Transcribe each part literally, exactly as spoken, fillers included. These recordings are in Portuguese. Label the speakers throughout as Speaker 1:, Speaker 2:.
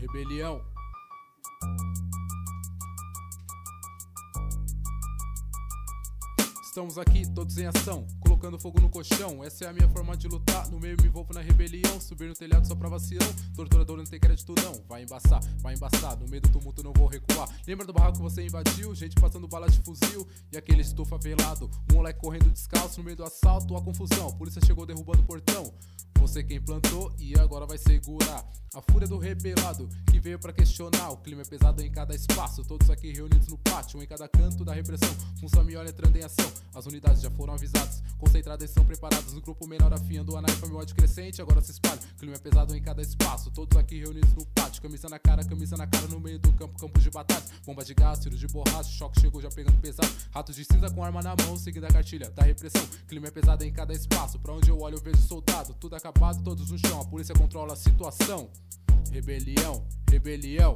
Speaker 1: Rebelião. Estamos aqui, todos em ação, colocando fogo no colchão. Essa é a minha forma de lutar, no meio me envolvo na rebelião. Subir no telhado só pra vacilão, torturador não tem crédito não. Vai embaçar, vai embaçar, no meio do tumulto não vou recuar. Lembra do barraco que você invadiu? Gente passando bala de fuzil e aquele estufa velado. Um moleque correndo descalço no meio do assalto, a confusão. Polícia chegou derrubando o portão. Você quem plantou e agora vai segurar a fúria do rebelado que veio pra questionar. O clima é pesado em cada espaço, todos aqui reunidos no pátio, um em cada canto da repressão. Um só me olha entrando em ação, as unidades já foram avisadas, concentradas e são preparadas. No grupo menor afiando a naifa, meu ódio crescente agora se espalha. O clima é pesado em cada espaço, todos aqui reunidos no pátio. Camisa na cara, camisa na cara no meio do campo, campos de batalha. Bomba de gás, tiro de borracha, choque chegou já pegando pesado. Ratos de cinza com arma na mão, seguindo a cartilha da repressão. O clima é pesado em cada espaço, pra onde eu olho eu vejo soldado. Tudo acabado, todos no chão, a polícia controla a situação. Rebelião, rebelião.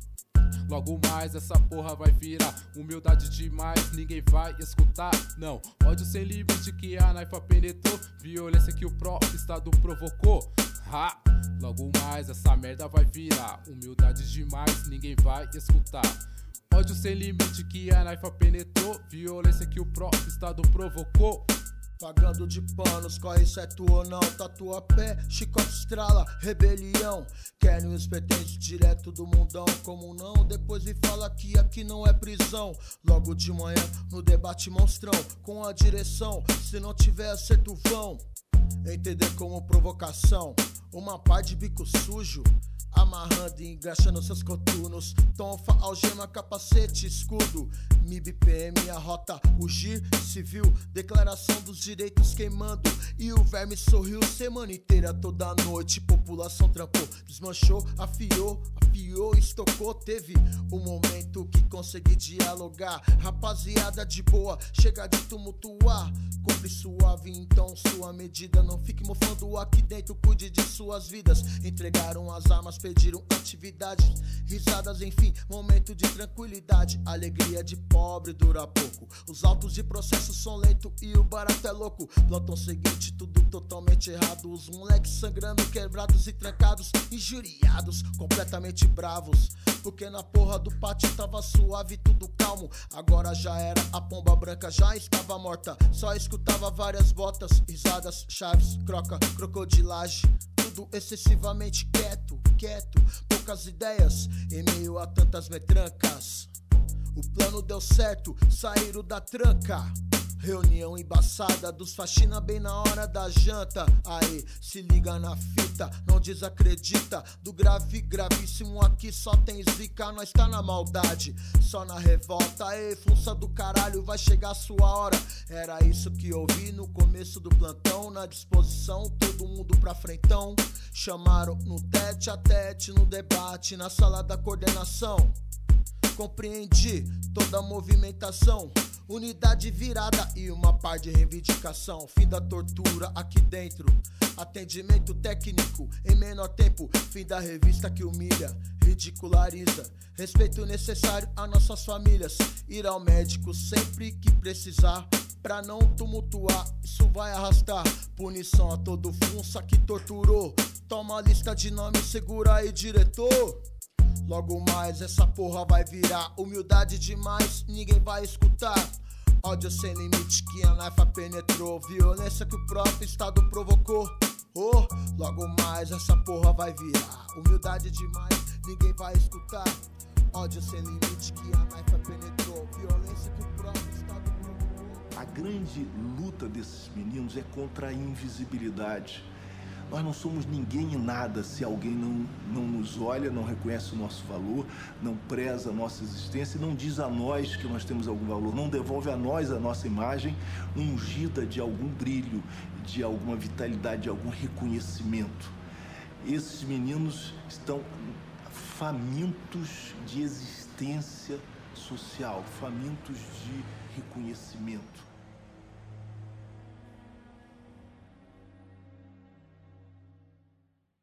Speaker 1: Logo mais essa porra vai virar humildade demais, ninguém vai escutar, não. Ódio sem limite que a naifa penetrou, violência que o próprio estado provocou. Ha! Logo mais essa merda vai virar humildade demais, ninguém vai escutar. Ódio sem limite que a naifa penetrou, violência que o próprio estado provocou.
Speaker 2: Pagando de panos, corre certo ou não, tatua pé, chicote estrala, rebelião. Querem os pertences direto do mundão, como não? Depois me fala que aqui não é prisão. Logo de manhã, no debate monstrão, com a direção, se não tiver acerto vão entender como provocação, uma par de bico sujo amarrando e engraxando seus coturnos. Tonfa, algema, capacete, escudo. M I B, P M, a rota, o G I R civil. Declaração dos direitos queimando. E o verme sorriu semana inteira, toda noite. População trancou, desmanchou, afiou, afiou, estocou. Teve um momento que consegui dialogar. Rapaziada de boa, chega de tumultuar. Cumpre suave, então sua medida. Não fique mofando aqui dentro, cuide de suas vidas. Entregaram as armas, pediram atividades, risadas, enfim, momento de tranquilidade. Alegria de pobre dura pouco, os autos de processo são lento e o barato é louco. Plantão seguinte, tudo totalmente errado, os moleques sangrando, quebrados e trancados, injuriados, completamente bravos, porque na porra do pátio tava suave, tudo calmo. Agora já era, a pomba branca já estava morta, só escutava várias botas, risadas, chaves, croca, crocodilagem. Tudo excessivamente quieto, quieto, poucas ideias em meio a tantas metrancas. O plano deu certo, saíram da tranca. Reunião embaçada dos faxina bem na hora da janta. Aí, se liga na fita, não desacredita. Do grave, gravíssimo aqui só tem zica. Nós tá na maldade, só na revolta. Ei, funça do caralho, vai chegar a sua hora. Era isso que eu vi no começo do plantão. Na disposição, todo mundo pra frentão. Chamaram no tete a tete, no debate, na sala da coordenação. Compreendi toda a movimentação, unidade virada e uma par de reivindicação. Fim da tortura aqui dentro, atendimento técnico em menor tempo. Fim da revista que humilha, ridiculariza. Respeito necessário a nossas famílias. Ir ao médico sempre que precisar, pra não tumultuar, isso vai arrastar. Punição a todo funça que torturou. Toma a lista de nomes, segura aí, diretor. Logo mais essa porra vai virar humildade demais, ninguém vai escutar. Ódio sem limite que a naifa penetrou, violência que o próprio estado provocou. Oh, logo mais essa porra vai virar humildade demais, ninguém vai escutar. Ódio sem limite que a naifa penetrou, violência que o próprio estado provocou.
Speaker 3: A grande luta desses meninos é contra a invisibilidade. Nós não somos ninguém e nada se alguém não, não nos olha, não reconhece o nosso valor, não preza a nossa existência e não diz a nós que nós temos algum valor, não devolve a nós a nossa imagem ungida de algum brilho, de alguma vitalidade, de algum reconhecimento. Esses meninos estão famintos de existência social, famintos de reconhecimento.